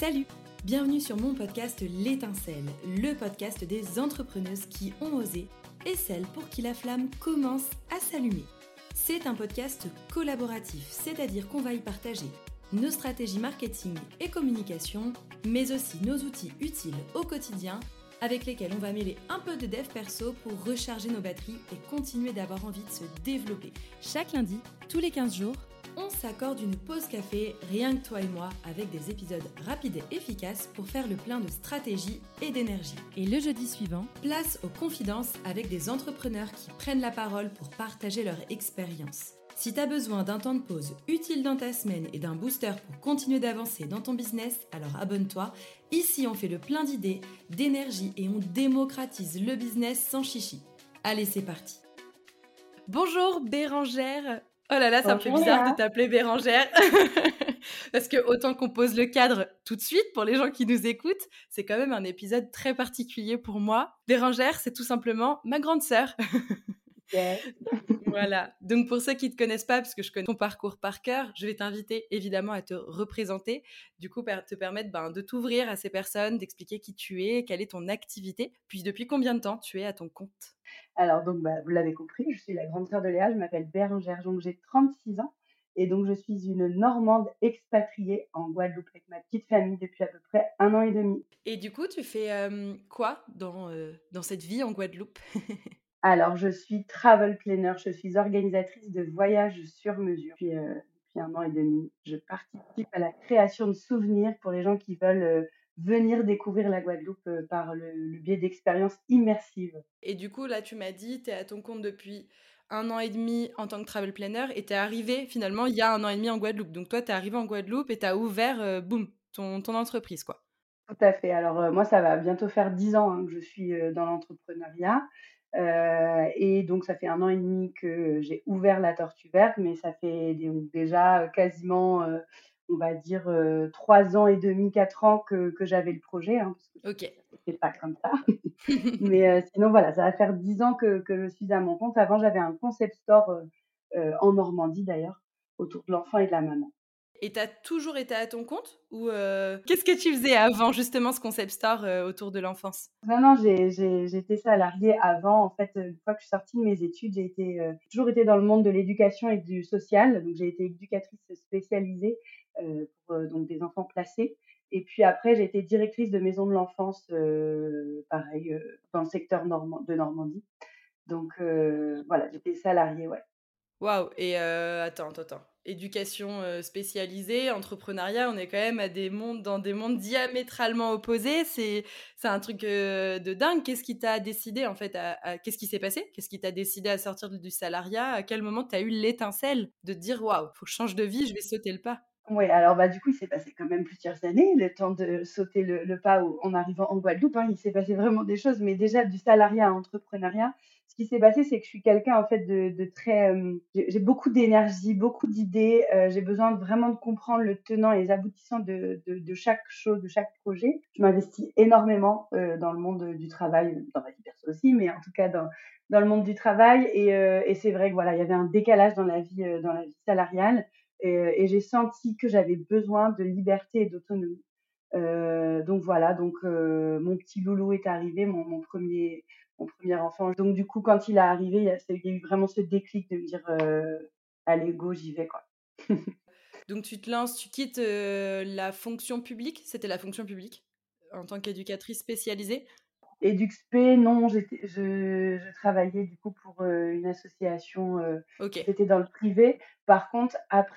Salut! Bienvenue sur mon podcast L'étincelle, le podcast des entrepreneuses qui ont osé et celles pour qui la flamme commence à s'allumer. C'est un podcast collaboratif, c'est-à-dire qu'on va y partager nos stratégies marketing et communication, mais aussi nos outils utiles au quotidien avec lesquels on va mêler un peu de dev perso pour recharger nos batteries et continuer d'avoir envie de se développer. Chaque lundi, tous les 15 jours, on s'accorde une pause café, rien que toi et moi, avec des épisodes rapides et efficaces pour faire le plein de stratégie et d'énergie. Et le jeudi suivant, place aux confidences avec des entrepreneurs qui prennent la parole pour partager leur expérience. Si tu as besoin d'un temps de pause utile dans ta semaine et d'un booster pour continuer d'avancer dans ton business, alors abonne-toi. Ici, on fait le plein d'idées, d'énergie et on démocratise le business sans chichi. Allez, c'est parti. Bonjour Bérangère. Oh là là, c'est un peu bizarre de t'appeler Bérangère. Parce que autant qu'on pose le cadre tout de suite pour les gens qui nous écoutent, c'est quand même un épisode très particulier pour moi. Bérangère, c'est tout simplement ma grande sœur. Yes. Voilà. Donc pour ceux qui ne te connaissent pas, parce que je connais ton parcours par cœur, je vais t'inviter évidemment à te représenter, du coup te permettre de t'ouvrir à ces personnes, d'expliquer qui tu es, quelle est ton activité, puis depuis combien de temps tu es à ton compte. Alors donc vous l'avez compris, je suis la grande sœur de Léa, je m'appelle Bérangère, donc j'ai 36 ans et donc je suis une Normande expatriée en Guadeloupe avec ma petite famille depuis à peu près 1 an et demi. Et du coup, tu fais quoi dans cette vie en Guadeloupe? Alors je suis travel planner, je suis organisatrice de voyages sur mesure depuis 1 an et demi. Je participe à la création de souvenirs pour les gens qui veulent venir découvrir la Guadeloupe par le biais d'expériences immersives. Et du coup, là, tu m'as dit, tu es à ton compte depuis 1 an et demi en tant que travel planner et tu es arrivé finalement il y a 1 an et demi en Guadeloupe. Donc toi, tu es arrivé en Guadeloupe et tu as ouvert, boum, ton entreprise, quoi. Tout à fait. Alors, moi, ça va bientôt faire 10 ans, que je suis, dans l'entrepreneuriat, et donc ça fait 1 an et demi que j'ai ouvert la Tortue Verte, mais ça fait déjà, quasiment, on va dire, 3 ans et demi, 4 ans que j'avais le projet, parce que Ok. ça se fait pas comme ça. Mais, sinon voilà, ça va faire 10 ans que je suis à mon compte. Avant, j'avais un concept store, en Normandie d'ailleurs, autour de l'enfant et de la maman. Et tu as toujours été à ton compte ou qu'est-ce que tu faisais avant justement ce concept store autour de l'enfance? Non, j'étais salariée avant. En fait, une fois que je suis sortie de mes études, toujours été dans le monde de l'éducation et du social. Donc j'ai été éducatrice spécialisée, pour, donc des enfants placés et puis après j'ai été directrice de maison de l'enfance, pareil, dans le secteur de Normandie. Donc voilà, j'étais salariée, ouais. Waouh! Et attends. Éducation spécialisée, entrepreneuriat, on est quand même dans des mondes diamétralement opposés. C'est un truc de dingue. Qu'est-ce qui t'a décidé en fait qu'est-ce qui s'est passé? Qu'est-ce qui t'a décidé à sortir du salariat? À quel moment tu as eu l'étincelle de te dire: «Waouh, faut que je change de vie, je vais sauter le pas»? Ouais, alors, du coup, il s'est passé quand même plusieurs années, le temps de sauter le pas en arrivant en Guadeloupe, Il s'est passé vraiment des choses, mais déjà du salariat à l'entrepreneuriat, ce qui s'est passé, c'est que je suis quelqu'un, en fait, de très, j'ai beaucoup d'énergie, beaucoup d'idées, j'ai besoin vraiment de comprendre le tenant et les aboutissants de chaque chose, de chaque projet. Je m'investis énormément, dans le monde du travail, dans ma vie perso aussi, mais en tout cas dans le monde du travail et c'est vrai que, voilà, il y avait un décalage dans la vie salariale et j'ai senti que j'avais besoin de liberté et d'autonomie. Donc voilà, mon petit loulou est arrivé, mon premier enfant. Donc du coup, quand il est arrivé, il y a eu vraiment ce déclic de me dire, «Allez go, j'y vais, quoi». Donc tu te lances, tu quittes la fonction publique. C'était la fonction publique en tant qu'éducatrice spécialisée? EduxP, non, je travaillais du coup pour, une association, OK. c'était dans le privé. Par contre,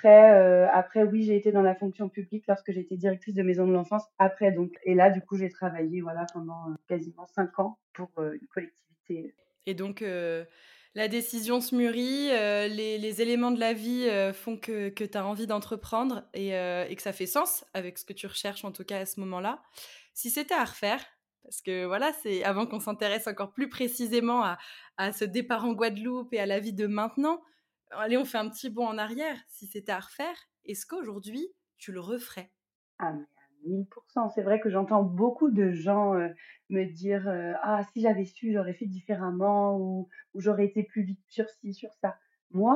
après oui, j'ai été dans la fonction publique lorsque j'étais directrice de maison de l'enfance après donc et là, du coup, j'ai travaillé, voilà, pendant, quasiment 5 ans pour, une collectivité. Et donc, la décision se mûrit, les éléments de la vie, font que tu as envie d'entreprendre et que ça fait sens avec ce que tu recherches, en tout cas à ce moment-là. Si c'était à refaire, parce que voilà, c'est avant qu'on s'intéresse encore plus précisément à ce départ en Guadeloupe et à la vie de maintenant, allez, on fait un petit bond en arrière. Si c'était à refaire, est-ce qu'aujourd'hui, tu le referais? Ah mais à 1000. C'est vrai que j'entends beaucoup de gens, me dire, «Ah si j'avais su, j'aurais fait différemment» ou «J'aurais été plus vite sur ci, sur ça». Moi, je vous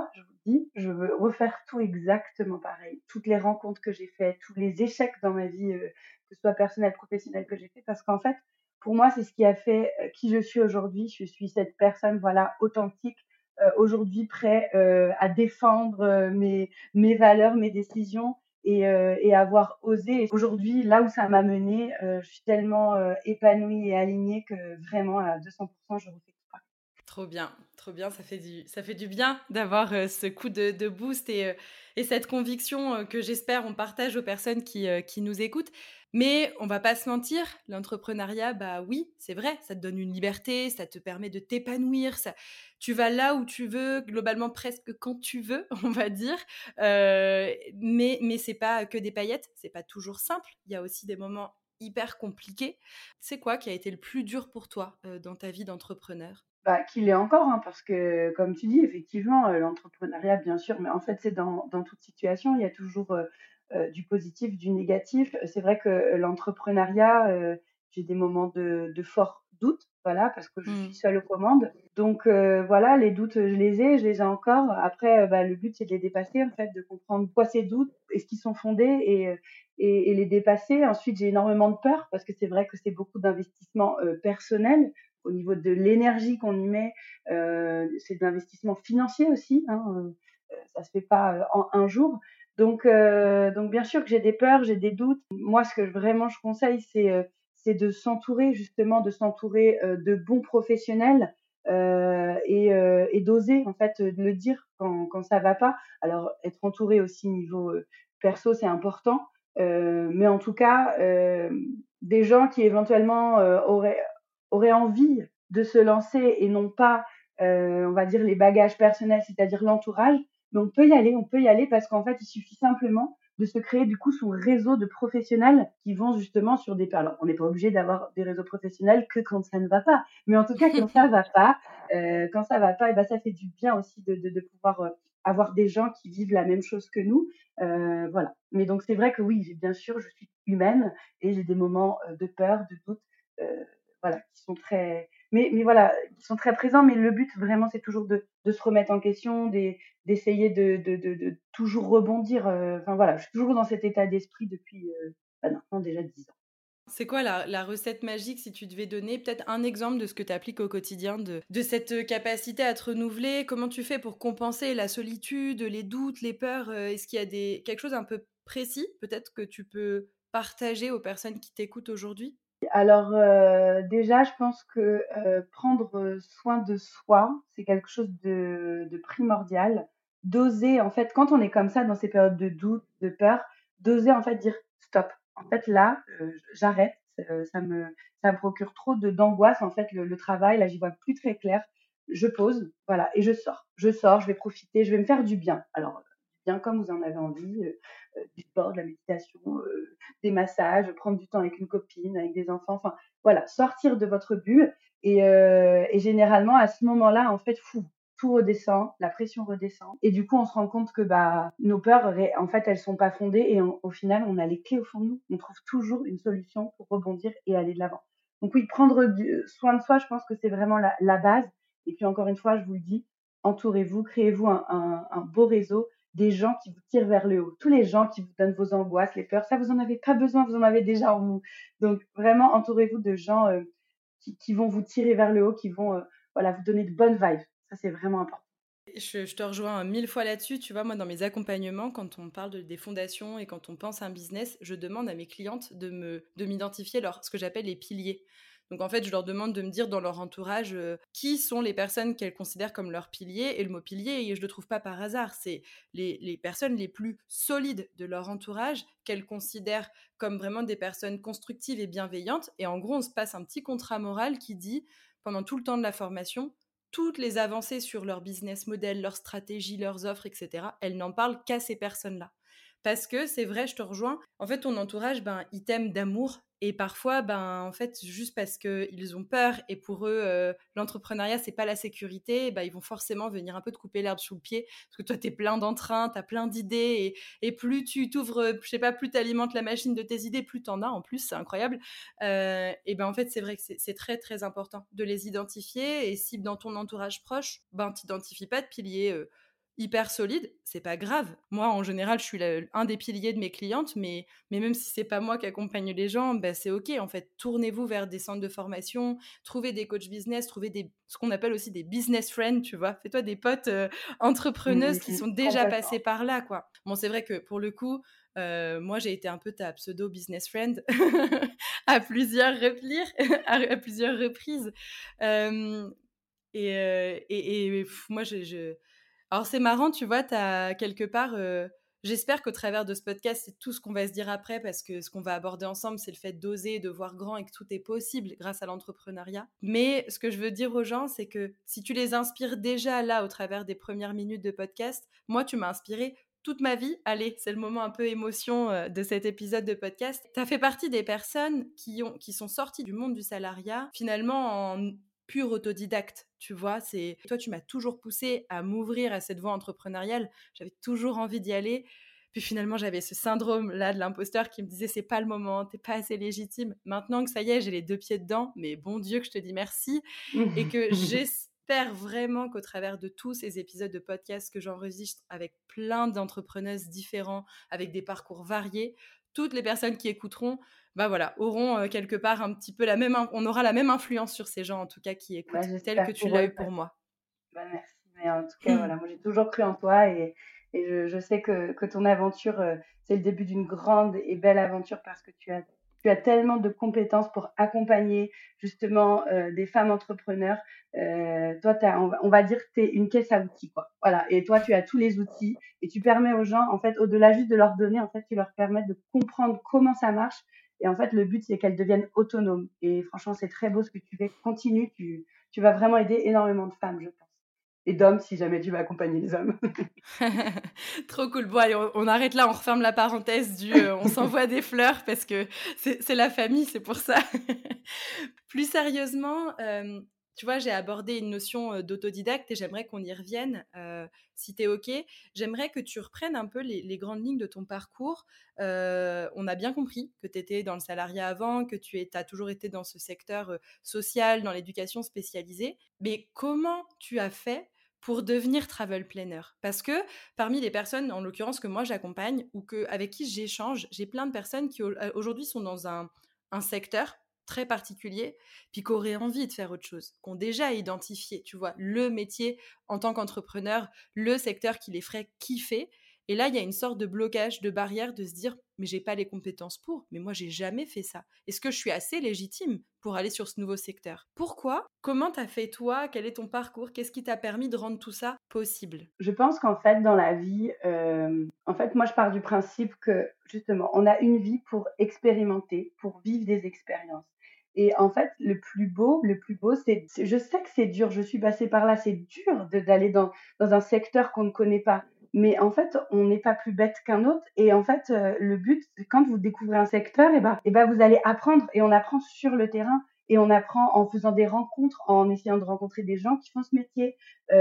vie, je veux refaire tout exactement pareil. Toutes les rencontres que j'ai faites, tous les échecs dans ma vie, que ce soit personnel, professionnel que j'ai fait parce qu'en fait, pour moi, c'est ce qui a fait, qui je suis aujourd'hui. Je suis cette personne, voilà, authentique, aujourd'hui prêt, à défendre, mes valeurs, mes décisions et avoir osé. Et aujourd'hui, là où ça m'a menée, je suis tellement, épanouie et alignée que vraiment à 200 je refais tout pareil. Trop bien, ça fait du bien d'avoir ce coup de boost et cette conviction que j'espère on partage aux personnes qui nous écoutent. Mais on va pas se mentir, l'entrepreneuriat, bah oui, c'est vrai, ça te donne une liberté, ça te permet de t'épanouir, tu vas là où tu veux, globalement presque quand tu veux, on va dire. Mais c'est pas que des paillettes, c'est pas toujours simple. Il y a aussi des moments hyper compliqués. C'est quoi qui a été le plus dur pour toi dans ta vie d'entrepreneur? Bah, qu'il l'est encore, hein, parce que comme tu dis, effectivement, l'entrepreneuriat, bien sûr, mais en fait, c'est dans toute situation, il y a toujours, du positif, du négatif. C'est vrai que, l'entrepreneuriat, j'ai des moments de forts doutes, voilà, parce que je suis Mmh. seule aux commandes. Donc voilà, les doutes, je les ai encore. Après, bah, le but, c'est de les dépasser, en fait, de comprendre pourquoi ces doutes, est-ce qu'ils sont fondés et les dépasser. Ensuite, j'ai énormément de peur parce que c'est vrai que c'est beaucoup d'investissement, personnel au niveau de l'énergie qu'on y met, c'est de l'investissement financier aussi, hein, ça se fait pas, en un jour. Donc bien sûr que j'ai des peurs, j'ai des doutes. Moi, ce que vraiment je conseille, c'est de s'entourer justement, de s'entourer, de bons professionnels, et d'oser en fait, de le dire quand ça va pas. Alors être entouré aussi niveau, perso, c'est important, mais en tout cas, des gens qui éventuellement, auraient envie de se lancer et non pas, on va dire les bagages personnels, c'est-à-dire l'entourage, mais on peut y aller parce qu'en fait, il suffit simplement de se créer du coup son réseau de professionnels qui vont justement sur des alors on n'est pas obligé d'avoir des réseaux professionnels que quand ça ne va pas, mais en tout cas quand ça va pas et ben ça fait du bien aussi de pouvoir, avoir des gens qui vivent la même chose que nous, voilà. Mais donc c'est vrai que oui, j'ai bien sûr, je suis humaine et j'ai des moments, de peur, de doute, heu, voilà, qui sont très mais voilà, qui sont très présents, mais le but vraiment, c'est toujours de se remettre en question, d'essayer de toujours rebondir, enfin voilà, je suis toujours dans cet état d'esprit depuis, bah, maintenant déjà 10 ans. C'est quoi la recette magique si tu devais donner peut-être un exemple de ce que tu appliques au quotidien de cette capacité à te renouveler? Comment tu fais pour compenser la solitude, les doutes, les peurs? Est-ce qu'il y a quelque chose un peu précis peut-être que tu peux partager aux personnes qui t'écoutent aujourd'hui? Alors, déjà, je pense que, prendre, soin de soi, c'est quelque chose de primordial. D'oser, en fait, quand on est comme ça dans ces périodes de doute, de peur, d'oser, en fait, dire: «Stop, en fait, là, j'arrête, ça me procure trop de d'angoisse, en fait, le travail, là, j'y vois plus très clair. Je pose, voilà et je sors. Je sors, je vais profiter, je vais me faire du bien». Alors, du bien comme vous en avez envie, du sport, de la méditation, des massages, prendre du temps avec une copine, avec des enfants, enfin voilà, sortir de votre bulle et généralement à ce moment-là, en fait, fou, tout redescend, la pression redescend et du coup, on se rend compte que, bah, nos peurs en fait, elles sont pas fondées et au final, on a les clés au fond de nous. On trouve toujours une solution pour rebondir et aller de l'avant. Donc oui, prendre soin de soi, je pense que c'est vraiment la base et puis encore une fois, je vous le dis, entourez-vous, créez-vous un beau réseau des gens qui vous tirent vers le haut. Tous les gens qui vous donnent vos angoisses, les peurs, ça vous en avez pas besoin, vous en avez déjà en vous. Donc vraiment, entourez-vous de gens, qui vont vous tirer vers le haut, qui vont, voilà, vous donner de bonnes vibes. Ça, c'est vraiment important. Je te rejoins 1000 fois là-dessus. Tu vois, moi, dans mes accompagnements, quand on parle des fondations et quand on pense à un business, je demande à mes clientes de m'identifier ce que j'appelle les piliers. Donc, en fait, je leur demande de me dire dans leur entourage qui sont les personnes qu'elles considèrent comme leurs piliers. Et le mot pilier, je ne le trouve pas par hasard. C'est les personnes les plus solides de leur entourage qu'elles considèrent comme vraiment des personnes constructives et bienveillantes. Et en gros, on se passe un petit contrat moral qui dit, pendant tout le temps de la formation, toutes les avancées sur leur business model, leur stratégie, leurs offres, etc., elles n'en parlent qu'à ces personnes-là. Parce que c'est vrai, je te rejoins. En fait, ton entourage, ben, ils t'aiment d'amour. Et parfois, ben, en fait, juste parce qu'ils ont peur et pour eux, l'entrepreneuriat, c'est pas la sécurité, ben, ils vont forcément venir un peu te couper l'herbe sous le pied. Parce que toi, t'es plein d'entrain, t'as plein d'idées. Et plus tu t'ouvres, je sais pas, plus t'alimentes la machine de tes idées, plus t'en as en plus, c'est incroyable. Et ben en fait, c'est vrai que c'est très très important de les identifier. Et si dans ton entourage proche, ben t'identifies pas de piliers hyper solide, c'est pas grave. Moi, en général, je suis un des piliers de mes clientes, mais même si c'est pas moi qui accompagne les gens, ben, c'est OK. En fait, tournez-vous vers des centres de formation, trouvez des coachs business, trouvez ce qu'on appelle aussi des business friends, tu vois. Fais-toi des potes entrepreneuses qui sont déjà passées Complètement. par là, quoi. Bon, c'est vrai que pour le coup, moi, j'ai été un peu ta pseudo business friend à plusieurs à plusieurs reprises. Moi, alors c'est marrant, tu vois, t'as quelque part, j'espère qu'au travers de ce podcast, c'est tout ce qu'on va se dire après, parce que ce qu'on va aborder ensemble, c'est le fait d'oser, de voir grand et que tout est possible grâce à l'entrepreneuriat. Mais ce que je veux dire aux gens, c'est que si tu les inspires déjà là, au travers des premières minutes de podcast, moi, tu m'as inspiré toute ma vie. Allez, c'est le moment un peu émotion de cet épisode de podcast. Tu as fait partie des personnes qui sont sorties du monde du salariat, finalement en pur autodidacte, tu vois. Toi, tu m'as toujours poussé à m'ouvrir à cette voie entrepreneuriale. J'avais toujours envie d'y aller. Puis finalement, j'avais ce syndrome-là de l'imposteur qui me disait c'est pas le moment, t'es pas assez légitime. Maintenant que ça y est, j'ai les 2 pieds dedans, mais bon Dieu que je te dis merci et que j'espère vraiment qu'au travers de tous ces épisodes de podcast que j'enregistre avec plein d'entrepreneuses différents, avec des parcours variés, toutes les personnes qui écouteront voilà, auront quelque part un petit peu on aura la même influence sur ces gens, en tout cas, qui Bah, écoutent, telle que j'espère tu pour l'as eux. eu pour moi. Bah, merci. Mais en tout cas, voilà, moi j'ai toujours cru en toi et je sais que ton aventure, c'est le début d'une grande et belle aventure parce que tu as tellement de compétences pour accompagner justement des femmes entrepreneurs. Toi, on va dire que tu es une caisse à outils, quoi. Voilà. Et toi, tu as tous les outils et tu permets aux gens, en fait, au-delà juste de leur donner, en fait, tu leur permets de comprendre comment ça marche. Et en fait, le but, c'est qu'elles deviennent autonomes. Et franchement, c'est très beau ce que tu fais. Continue, tu vas vraiment aider énormément de femmes, je pense. Et d'hommes, si jamais tu vas accompagner les hommes. Trop cool. Bon, allez, on arrête là, on referme la parenthèse on s'envoie des fleurs parce que c'est la famille, c'est pour ça. Plus sérieusement, tu vois, j'ai abordé une notion d'autodidacte et j'aimerais qu'on y revienne, si tu es OK. J'aimerais que tu reprennes un peu les grandes lignes de ton parcours. On a bien compris que tu étais dans le salariat avant, que tu as toujours été dans ce secteur social, dans l'éducation spécialisée. Mais comment tu as fait pour devenir travel planner? Parce que parmi les personnes, en l'occurrence, que moi j'accompagne ou avec qui j'échange, j'ai plein de personnes qui aujourd'hui sont dans un secteur très particulier, puis qui auraient envie de faire autre chose, qui ont déjà identifié, tu vois, le métier en tant qu'entrepreneur, le secteur qui les ferait kiffer. Et là, il y a une sorte de blocage, de barrière, de se dire, mais j'ai pas les compétences pour, mais moi, j'ai jamais fait ça. Est-ce que je suis assez légitime pour aller sur ce nouveau secteur? Pourquoi? Comment t'as fait toi? Quel est ton parcours? Qu'est-ce qui t'a permis de rendre tout ça possible? Je pense qu'en fait, dans la vie, en fait, moi, je pars du principe que, justement, on a une vie pour expérimenter, pour vivre des expériences. Et en fait, le plus beau, je sais que c'est dur, je suis passée par là, c'est dur d'aller dans un secteur qu'on ne connaît pas. Mais en fait, on n'est pas plus bête qu'un autre. Et en fait, le but, quand vous découvrez un secteur, vous allez apprendre et on apprend sur le terrain et on apprend en faisant des rencontres, en essayant de rencontrer des gens qui font ce métier.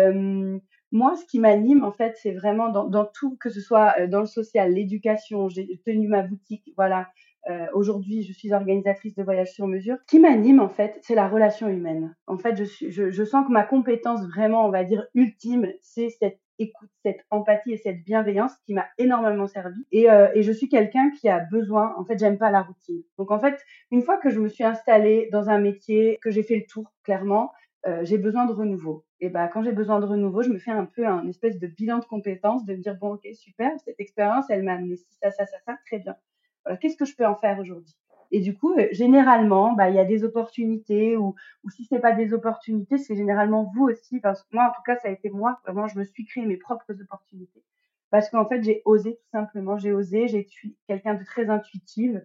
Moi, ce qui m'anime, en fait, c'est vraiment dans tout, que ce soit dans le social, l'éducation. J'ai tenu ma boutique, voilà. Aujourd'hui, je suis organisatrice de voyages sur mesure. Ce qui m'anime, en fait, c'est la relation humaine. En fait, je sens que ma compétence vraiment, on va dire, ultime, c'est cette écoute, cette empathie et cette bienveillance qui m'a énormément servi. Et je suis quelqu'un qui a besoin, en fait, j'aime pas la routine. Donc, en fait, une fois que je me suis installée dans un métier, que j'ai fait le tour, clairement, j'ai besoin de renouveau. Et quand j'ai besoin de renouveau, je me fais un peu un espèce de bilan de compétences, de me dire bon, ok, super, cette expérience, elle m'a amené ci, ça, très bien. Voilà, qu'est-ce que je peux en faire aujourd'hui? Et du coup, généralement, il y a des opportunités ou si c'est pas des opportunités, c'est généralement vous aussi. Parce que moi, en tout cas, ça a été moi. Vraiment, je me suis créé mes propres opportunités. Parce qu'en fait, j'ai osé tout simplement. J'ai osé. J'ai suis quelqu'un de très intuitive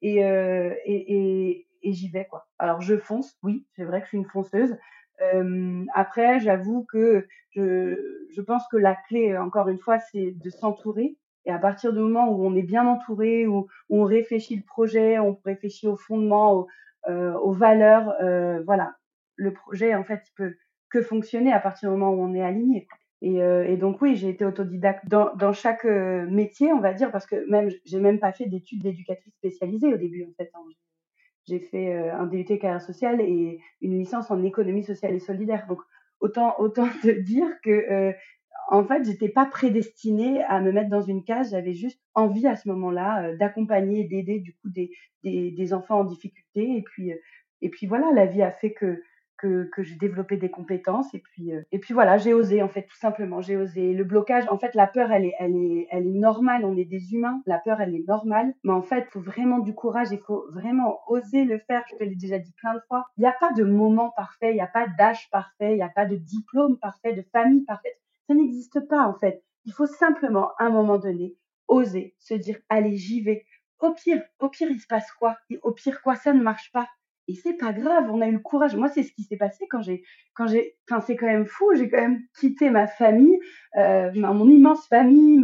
et j'y vais quoi. Alors je fonce, oui, c'est vrai que je suis une fonceuse. Après, j'avoue que je pense que la clé, encore une fois, c'est de s'entourer. Et à partir du moment où on est bien entouré, où on réfléchit le projet, on réfléchit au fondement, aux valeurs, voilà, le projet, en fait, il peut que fonctionner à partir du moment où on est aligné. Et donc oui, j'ai été autodidacte dans chaque métier, on va dire, parce que même j'ai même pas fait d'études d'éducatrice spécialisée au début, en fait. Hein. J'ai fait un DUT carrière sociale et une licence en économie sociale et solidaire. Donc autant te dire que En fait, j'étais pas prédestinée à me mettre dans une case. J'avais juste envie à ce moment-là, d'accompagner et d'aider du coup des enfants en difficulté et puis voilà, la vie a fait que j'ai développé des compétences et puis voilà, j'ai osé en fait, tout simplement, j'ai osé. Le blocage, en fait, la peur, elle est normale, on est des humains, la peur, elle est normale, mais en fait, il faut vraiment du courage, il faut vraiment oser le faire. Je te l'ai déjà dit plein de fois. Il y a pas de moment parfait, il y a pas d'âge parfait, il y a pas de diplôme parfait, de famille parfaite. Ça n'existe pas en fait. Il faut simplement, à un moment donné, oser se dire, allez, j'y vais. Au pire, il se passe quoi? Au pire, quoi, ça ne marche pas. Et c'est pas grave, on a eu le courage. Moi, c'est ce qui s'est passé enfin, c'est quand même fou. J'ai quand même quitté ma famille, mon immense famille,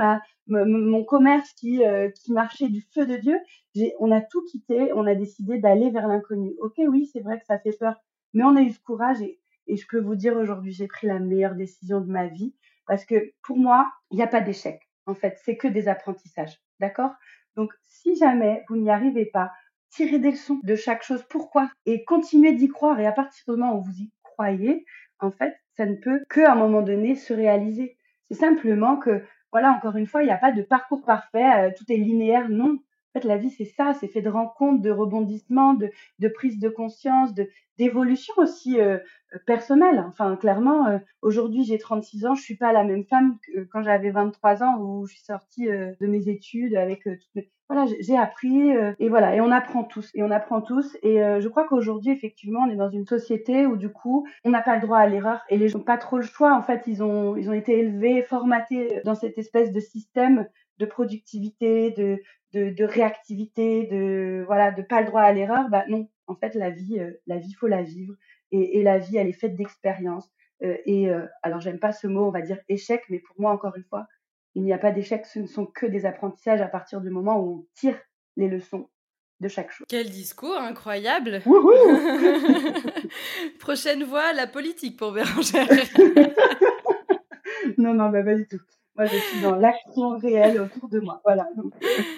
mon commerce qui marchait du feu de Dieu. On a tout quitté, on a décidé d'aller vers l'inconnu. Ok, oui, c'est vrai que ça fait peur, mais on a eu ce courage et je peux vous dire aujourd'hui, j'ai pris la meilleure décision de ma vie parce que pour moi, il n'y a pas d'échec. En fait, c'est que des apprentissages. D'accord? Donc, si jamais vous n'y arrivez pas, tirez des leçons de chaque chose. Pourquoi? Et continuez d'y croire. Et à partir du moment où vous y croyez, en fait, ça ne peut qu'à un moment donné se réaliser. C'est simplement que, voilà, encore une fois, il n'y a pas de parcours parfait, tout est linéaire. Non. En fait, la vie, c'est ça, c'est fait de rencontres, de rebondissements, de prise de conscience, d'évolution aussi personnelle. Enfin, clairement, aujourd'hui, j'ai 36 ans, je suis pas la même femme que quand j'avais 23 ans où je suis sortie de mes études avec voilà, j'ai appris et voilà, et on apprend tous et je crois qu'aujourd'hui effectivement, on est dans une société où du coup, on n'a pas le droit à l'erreur et les gens n'ont pas trop le choix. En fait, ils ont été élevés, formatés dans cette espèce de système de productivité, de réactivité, voilà, de pas le droit à l'erreur. Bah non, en fait, la vie, faut la vivre et la vie, elle est faite d'expériences. Alors, j'aime pas ce mot, on va dire échec, mais pour moi, encore une fois, il n'y a pas d'échec, ce ne sont que des apprentissages à partir du moment où on tire les leçons de chaque chose. Quel discours incroyable! Wouhou. Prochaine voie, la politique pour Bérangère. Non, non, bah, pas du tout. Moi, je suis dans l'action réelle autour de moi. Voilà. Donc,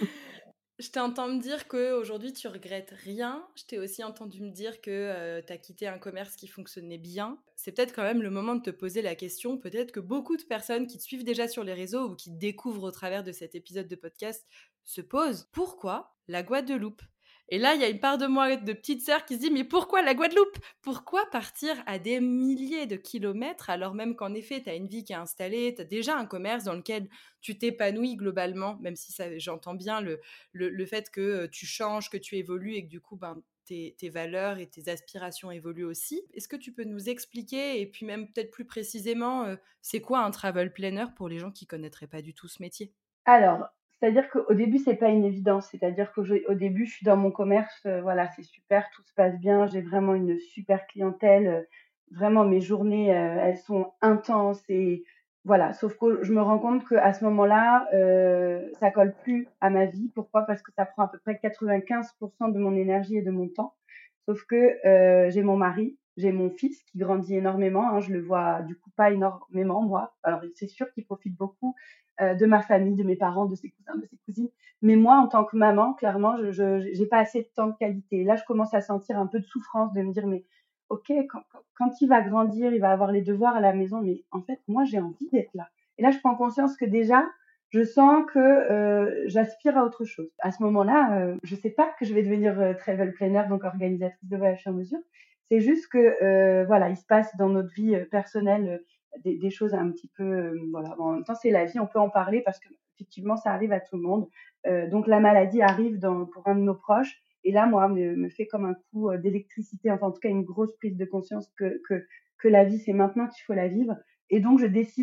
Je t'entends me dire qu'aujourd'hui, tu regrettes rien. Je t'ai aussi entendu me dire que tu as quitté un commerce qui fonctionnait bien. C'est peut-être quand même le moment de te poser la question. Peut-être que beaucoup de personnes qui te suivent déjà sur les réseaux ou qui te découvrent au travers de cet épisode de podcast se posent pourquoi la Guadeloupe? Et là, il y a une part de moi, de petite sœur, qui se dit mais pourquoi la Guadeloupe? Pourquoi partir à des milliers de kilomètres alors même qu'en effet, tu as une vie qui est installée, tu as déjà un commerce dans lequel tu t'épanouis globalement, même si j'entends bien le fait que tu changes, que tu évolues et que du coup, tes valeurs et tes aspirations évoluent aussi. Est-ce que tu peux nous expliquer, et puis même peut-être plus précisément, c'est quoi un travel planner pour les gens qui connaîtraient pas du tout ce métier? alors, c'est-à-dire qu'au début, c'est pas une évidence. C'est-à-dire qu'au début, je suis dans mon commerce, voilà, c'est super, tout se passe bien, j'ai vraiment une super clientèle, vraiment mes journées, elles sont intenses et voilà. Sauf que je me rends compte qu'à ce moment-là, ça colle plus à ma vie. Pourquoi? Parce que ça prend à peu près 95 de mon énergie et de mon temps. Sauf que, j'ai mon mari, j'ai mon fils qui grandit énormément, hein, je le vois du coup pas énormément moi. Alors c'est sûr qu'il profite beaucoup, de ma famille, de mes parents, de ses cousins, de ses cousines. Mais moi, en tant que maman, clairement, je j'ai pas assez de temps de qualité. Là, je commence à sentir un peu de souffrance, de me dire: «Mais OK, quand il va grandir, il va avoir les devoirs à la maison, mais en fait, moi, j'ai envie d'être là». Et là, je prends conscience que déjà, je sens que, j'aspire à autre chose. À ce moment-là, je sais pas que je vais devenir, travel planner, donc organisatrice de voyage sur mesure. C'est juste que, voilà, il se passe dans notre vie, personnelle, des choses un petit peu, voilà. Bon, en même temps, c'est la vie, on peut en parler parce qu'effectivement, ça arrive à tout le monde. Donc la maladie arrive pour un de nos proches et là, moi, me fait comme un coup, d'électricité, enfin, en tout cas, une grosse prise de conscience que la vie, c'est maintenant qu'il faut la vivre et donc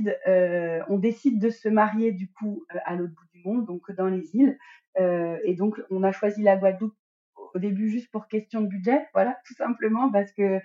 on décide de se marier du coup, à l'autre bout du monde, donc dans les îles, et donc on a choisi la Guadeloupe au début juste pour question de budget, voilà, tout simplement parce que,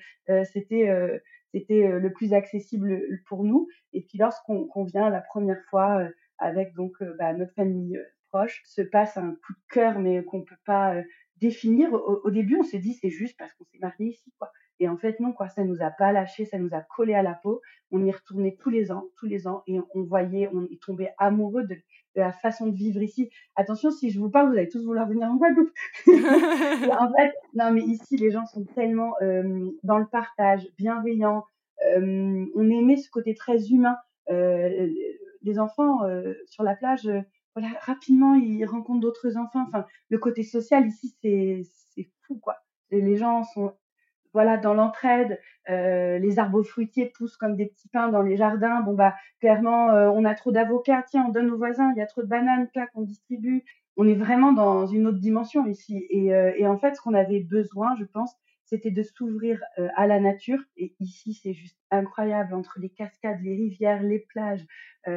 c'était le plus accessible pour nous. Et puis lorsqu'on vient la première fois avec donc notre famille proche, se passe un coup de cœur, mais qu'on peut pas définir. Au début, on s'est dit c'est juste parce qu'on s'est marié ici, quoi. Et en fait, non, quoi, ça nous a pas lâché, ça nous a collé à la peau. On y retournait tous les ans, et on est tombé amoureux de la façon de vivre ici. Attention, si je vous parle, vous allez tous vouloir venir en Guadeloupe. Et en fait, non, mais ici, les gens sont tellement dans le partage, bienveillants. On aimait ce côté très humain. heu, les enfants, sur la plage, voilà, rapidement, ils rencontrent d'autres enfants. Enfin, le côté social ici, c'est fou, quoi. Et les gens sont, voilà, dans l'entraide, les arbres fruitiers poussent comme des petits pins dans les jardins. Bon, bah, clairement, on a trop d'avocats, tiens, on donne aux voisins, il y a trop de bananes, clac, on distribue. On est vraiment dans une autre dimension ici et en fait, ce qu'on avait besoin, je pense, c'était de s'ouvrir, à la nature et ici, c'est juste incroyable entre les cascades, les rivières, les plages,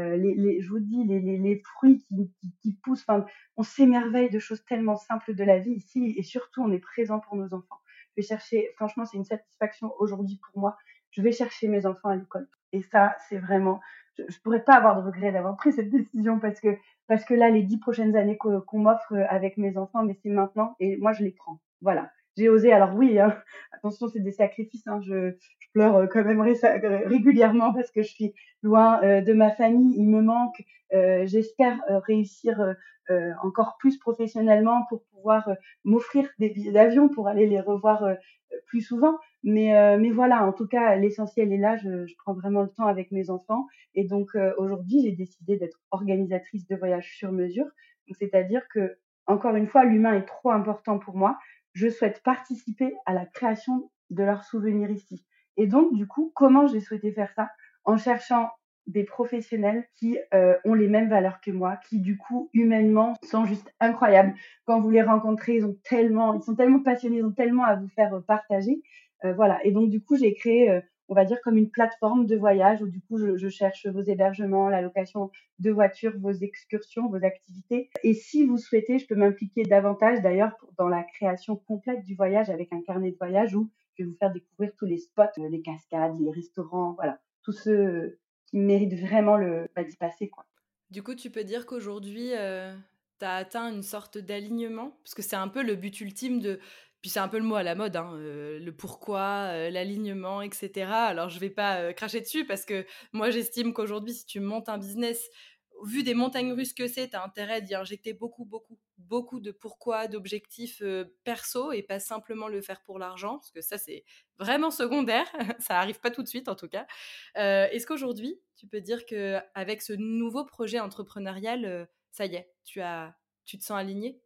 les je vous dis, les fruits qui poussent, enfin, on s'émerveille de choses tellement simples de la vie ici et surtout, on est présent pour nos enfants. Je vais chercher, franchement, c'est une satisfaction aujourd'hui pour moi. Je vais chercher mes enfants à l'école. Et ça, c'est vraiment, je pourrais pas avoir de regret d'avoir pris cette décision parce que là, les 10 prochaines années qu'on m'offre avec mes enfants, mais c'est maintenant et moi, je les prends. Voilà. J'ai osé. Alors oui, hein, attention, c'est des sacrifices. Hein, je pleure quand même régulièrement parce que je suis loin de ma famille. Il me manque. J'espère réussir encore plus professionnellement pour pouvoir m'offrir des billets d'avion pour aller les revoir plus souvent. Mais voilà, en tout cas, l'essentiel est là. Je prends vraiment le temps avec mes enfants. Et donc, aujourd'hui, j'ai décidé d'être organisatrice de voyages sur mesure. Donc, c'est-à-dire que, encore une fois, l'humain est trop important pour moi. Je souhaite participer à la création de leurs souvenirs ici. Et donc, du coup, comment j'ai souhaité faire ça? En cherchant des professionnels qui ont les mêmes valeurs que moi, qui du coup humainement sont juste incroyables. Quand vous les rencontrez, ils sont tellement passionnés, ils ont tellement à vous faire partager. Voilà. Et donc du coup, j'ai créé, on va dire comme une plateforme de voyage où du coup, je cherche vos hébergements, la location de voitures, vos excursions, vos activités. Et si vous souhaitez, je peux m'impliquer davantage d'ailleurs dans la création complète du voyage avec un carnet de voyage où je vais vous faire découvrir tous les spots, les cascades, les restaurants, voilà, tous ceux qui méritent vraiment d'y passer, quoi. Du coup, tu peux dire qu'aujourd'hui, tu as atteint une sorte d'alignement? Parce que c'est un peu le but ultime de puis c'est un peu le mot à la mode, hein, le pourquoi, l'alignement et cetera. Alors je vais pas, cracher dessus parce que moi j'estime qu'aujourd'hui si tu montes un business, vu des montagnes russes que c'est, tu as intérêt d'y injecter beaucoup, beaucoup, beaucoup de pourquoi, d'objectifs, perso et pas simplement le faire pour l'argent, parce que ça c'est vraiment secondaire, ça arrive pas tout de suite en tout cas. Est-ce qu'aujourd'hui, tu peux dire qu'avec ce nouveau projet entrepreneurial, ça y est, tu te sens aligné?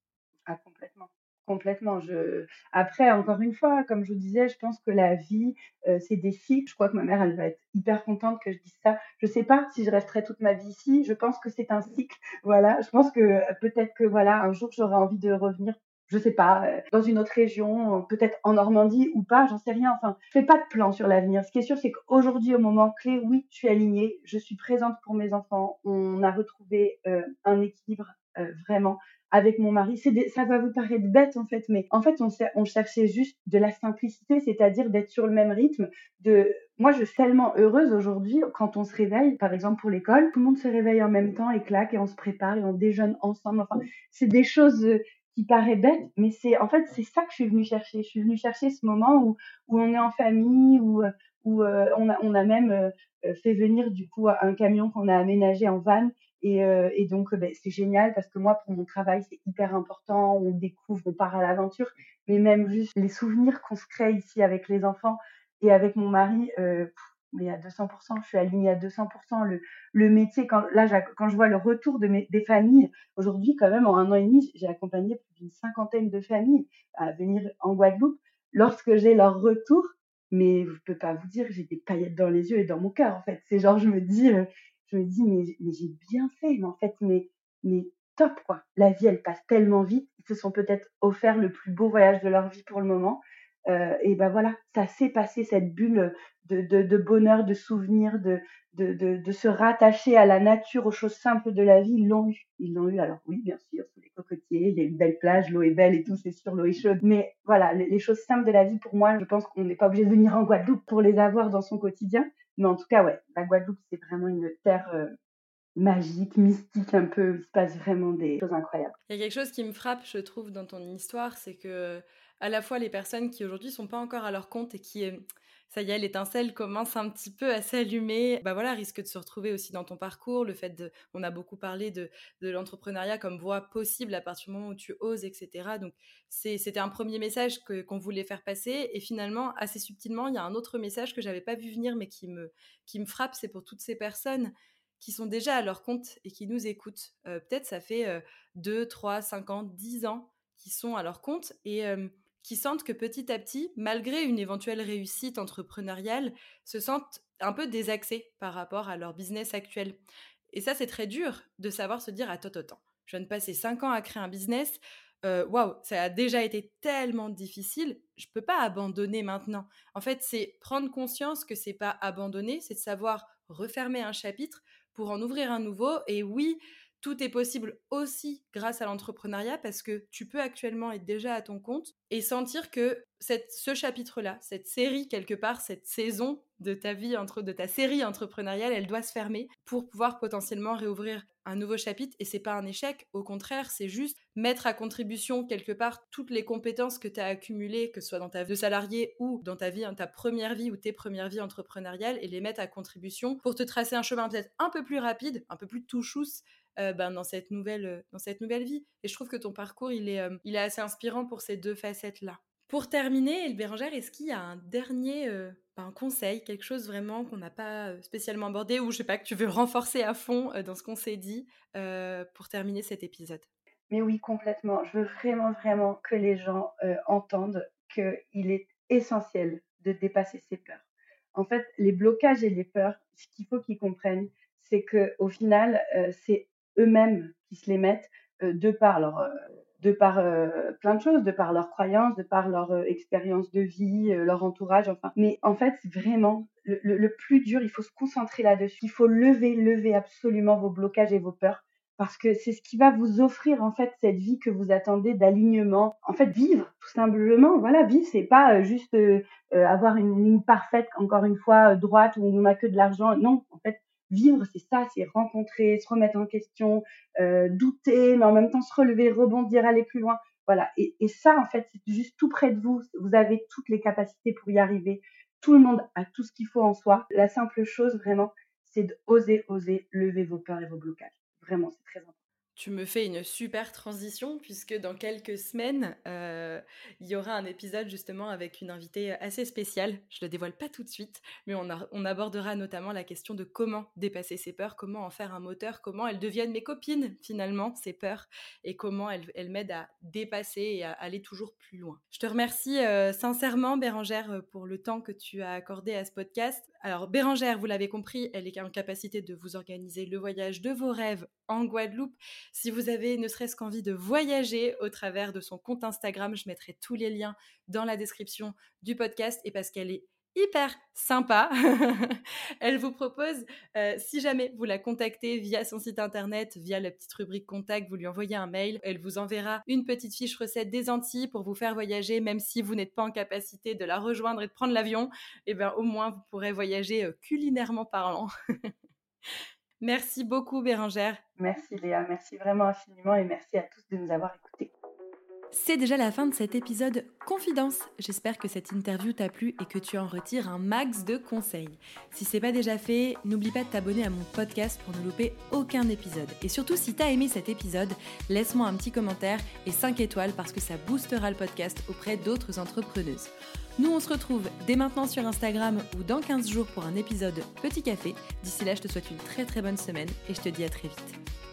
Ah complètement, complètement. Après encore une fois, comme je vous disais, je pense que la vie, c'est des cycles. Je crois que ma mère, elle va être hyper contente que je dise ça. Je sais pas si je resterai toute ma vie ici. Je pense que c'est un cycle. Voilà, je pense que peut-être que voilà, un jour j'aurai envie de revenir, je sais pas, dans une autre région, peut-être en Normandie ou pas, j'en sais rien. Enfin, je fais pas de plan sur l'avenir. Ce qui est sûr, c'est qu'aujourd'hui, au moment clé, oui, je suis alignée, je suis présente pour mes enfants. On a retrouvé, un équilibre, vraiment avec mon mari. Ça va vous paraître bête en fait, mais en fait on cherchait juste de la simplicité, c'est-à-dire d'être sur le même rythme. Moi je suis tellement heureuse aujourd'hui quand on se réveille, par exemple pour l'école, tout le monde se réveille en même temps et claque et on se prépare et on déjeune ensemble. Enfin, c'est des choses qui paraissent bêtes, mais c'est ça que je suis venue chercher. Je suis venue chercher ce moment où on est en famille, où on a même fait venir du coup un camion qu'on a aménagé en van et donc, c'est génial parce que moi, pour mon travail, c'est hyper important. On découvre, on part à l'aventure, mais même juste les souvenirs qu'on se crée ici avec les enfants et avec mon mari, mais à 200. Je suis alignée à 200. Le métier, quand je vois le retour des familles, aujourd'hui, quand même, en 1 an et demi, j'ai accompagné plus d'une cinquantaine de familles à venir en Guadeloupe. Lorsque j'ai leur retour, mais je peux pas vous dire, j'ai des paillettes dans les yeux et dans mon cœur, en fait. C'est genre, je me dis: «Mais j'ai bien fait, mais en fait, mais top quoi». La vie, elle passe tellement vite. Ils se sont peut-être offert le plus beau voyage de leur vie pour le moment, et bah, voilà, ça s'est passé cette bulle, de bonheur, de souvenirs, de se rattacher à la nature, aux choses simples de la vie, ils l'ont eu. Ils l'ont eu alors oui, bien sûr, sous les cocotiers, il y a une belle plage, l'eau est belle et tout, c'est sûr, l'eau est chaude. Mais voilà, les choses simples de la vie, pour moi, je pense qu'on n'est pas obligé de venir en Guadeloupe pour les avoir dans son quotidien. Mais en tout cas, ouais, la Guadeloupe, c'est vraiment une terre, magique, mystique un peu, où il se passe vraiment des choses incroyables. Il y a quelque chose qui me frappe, je trouve, dans ton histoire, c'est que à la fois les personnes qui aujourd'hui sont pas encore à leur compte et Ça y est, l'étincelle commence un petit peu à s'allumer. Bah voilà, risque de se retrouver aussi dans ton parcours. On a beaucoup parlé de l'entrepreneuriat comme voie possible à partir du moment où tu oses, etc. Donc, c'était un premier message qu'on voulait faire passer. Et finalement, assez subtilement, il y a un autre message que j'avais pas vu venir, mais qui me frappe. C'est pour toutes ces personnes qui sont déjà à leur compte et qui nous écoutent. Peut-être ça fait 2, 3, 5 ans, 10 ans qui sont à leur compte et qui sentent que petit à petit, malgré une éventuelle réussite entrepreneuriale, se sentent un peu désaxés par rapport à leur business actuel. Et ça, c'est très dur de savoir se dire, attends, je viens de passer 5 ans à créer un business, waouh, ça a déjà été tellement difficile, je peux pas abandonner maintenant. En fait, c'est prendre conscience que c'est pas abandonner, c'est de savoir refermer un chapitre pour en ouvrir un nouveau. Et oui, tout est possible aussi grâce à l'entrepreneuriat parce que tu peux actuellement être déjà à ton compte et sentir que ce chapitre-là, cette série quelque part, cette saison de ta vie, de ta série entrepreneuriale, elle doit se fermer pour pouvoir potentiellement réouvrir un nouveau chapitre. Et c'est pas un échec, au contraire, c'est juste mettre à contribution quelque part toutes les compétences que tu as accumulées, que ce soit dans ta vie de salarié ou dans ta vie, ta première vie ou tes premières vies entrepreneuriales, et les mettre à contribution pour te tracer un chemin peut-être un peu plus rapide, un peu plus touchous dans cette nouvelle vie. Et je trouve que ton parcours, il est assez inspirant pour ces deux facettes-là. Pour terminer, Bérangère, est-ce qu'il y a un dernier un conseil, quelque chose vraiment qu'on n'a pas spécialement abordé ou je sais pas, que tu veux renforcer à fond dans ce qu'on s'est dit pour terminer cet épisode? Mais oui, complètement. Je veux vraiment, vraiment que les gens entendent qu'il est essentiel de dépasser ses peurs. En fait, les blocages et les peurs, ce qu'il faut qu'ils comprennent, c'est qu'au final, c'est eux-mêmes qui se les mettent de par plein de choses, de par leurs croyances, de par leur expérience de vie, leur entourage, enfin. Mais en fait, vraiment, le plus dur, il faut se concentrer là-dessus. Il faut lever absolument vos blocages et vos peurs parce que c'est ce qui va vous offrir en fait cette vie que vous attendez d'alignement. En fait, vivre tout simplement, voilà, vivre, c'est pas juste avoir une ligne parfaite, encore une fois droite où on n'a que de l'argent. Non, en fait, vivre, c'est ça, c'est rencontrer, se remettre en question, douter, mais en même temps se relever, rebondir, aller plus loin. Voilà, et ça, en fait, c'est juste tout près de vous. Vous avez toutes les capacités pour y arriver. Tout le monde a tout ce qu'il faut en soi. La simple chose, vraiment, c'est d'oser lever vos peurs et vos blocages. Vraiment, c'est très important. Tu me fais une super transition puisque dans quelques semaines, il y aura un épisode justement avec une invitée assez spéciale. Je ne le dévoile pas tout de suite, mais on abordera notamment la question de comment dépasser ses peurs, comment en faire un moteur, comment elles deviennent mes copines finalement, ces peurs, et comment elles m'aident à dépasser et à aller toujours plus loin. Je te remercie sincèrement, Bérangère, pour le temps que tu as accordé à ce podcast. Alors Bérangère, vous l'avez compris, elle est en capacité de vous organiser le voyage de vos rêves en Guadeloupe. Si vous avez ne serait-ce qu'envie de voyager au travers de son compte Instagram, je mettrai tous les liens dans la description du podcast. Et parce qu'elle est hyper sympa, elle vous propose, si jamais vous la contactez via son site internet, via la petite rubrique contact, vous lui envoyez un mail, elle vous enverra une petite fiche recette des Antilles pour vous faire voyager, même si vous n'êtes pas en capacité de la rejoindre et de prendre l'avion, et bien au moins vous pourrez voyager culinairement parlant. Merci beaucoup, Bérangère. Merci Léa, merci vraiment infiniment et merci à tous de nous avoir écoutés. C'est déjà la fin de cet épisode Confidence. J'espère que cette interview t'a plu et que tu en retires un max de conseils. Si c'est pas déjà fait, n'oublie pas de t'abonner à mon podcast pour ne louper aucun épisode. Et surtout, si t'as aimé cet épisode, laisse-moi un petit commentaire et 5 étoiles parce que ça boostera le podcast auprès d'autres entrepreneuses. Nous, on se retrouve dès maintenant sur Instagram ou dans 15 jours pour un épisode Petit Café. D'ici là, je te souhaite une très très bonne semaine et je te dis à très vite.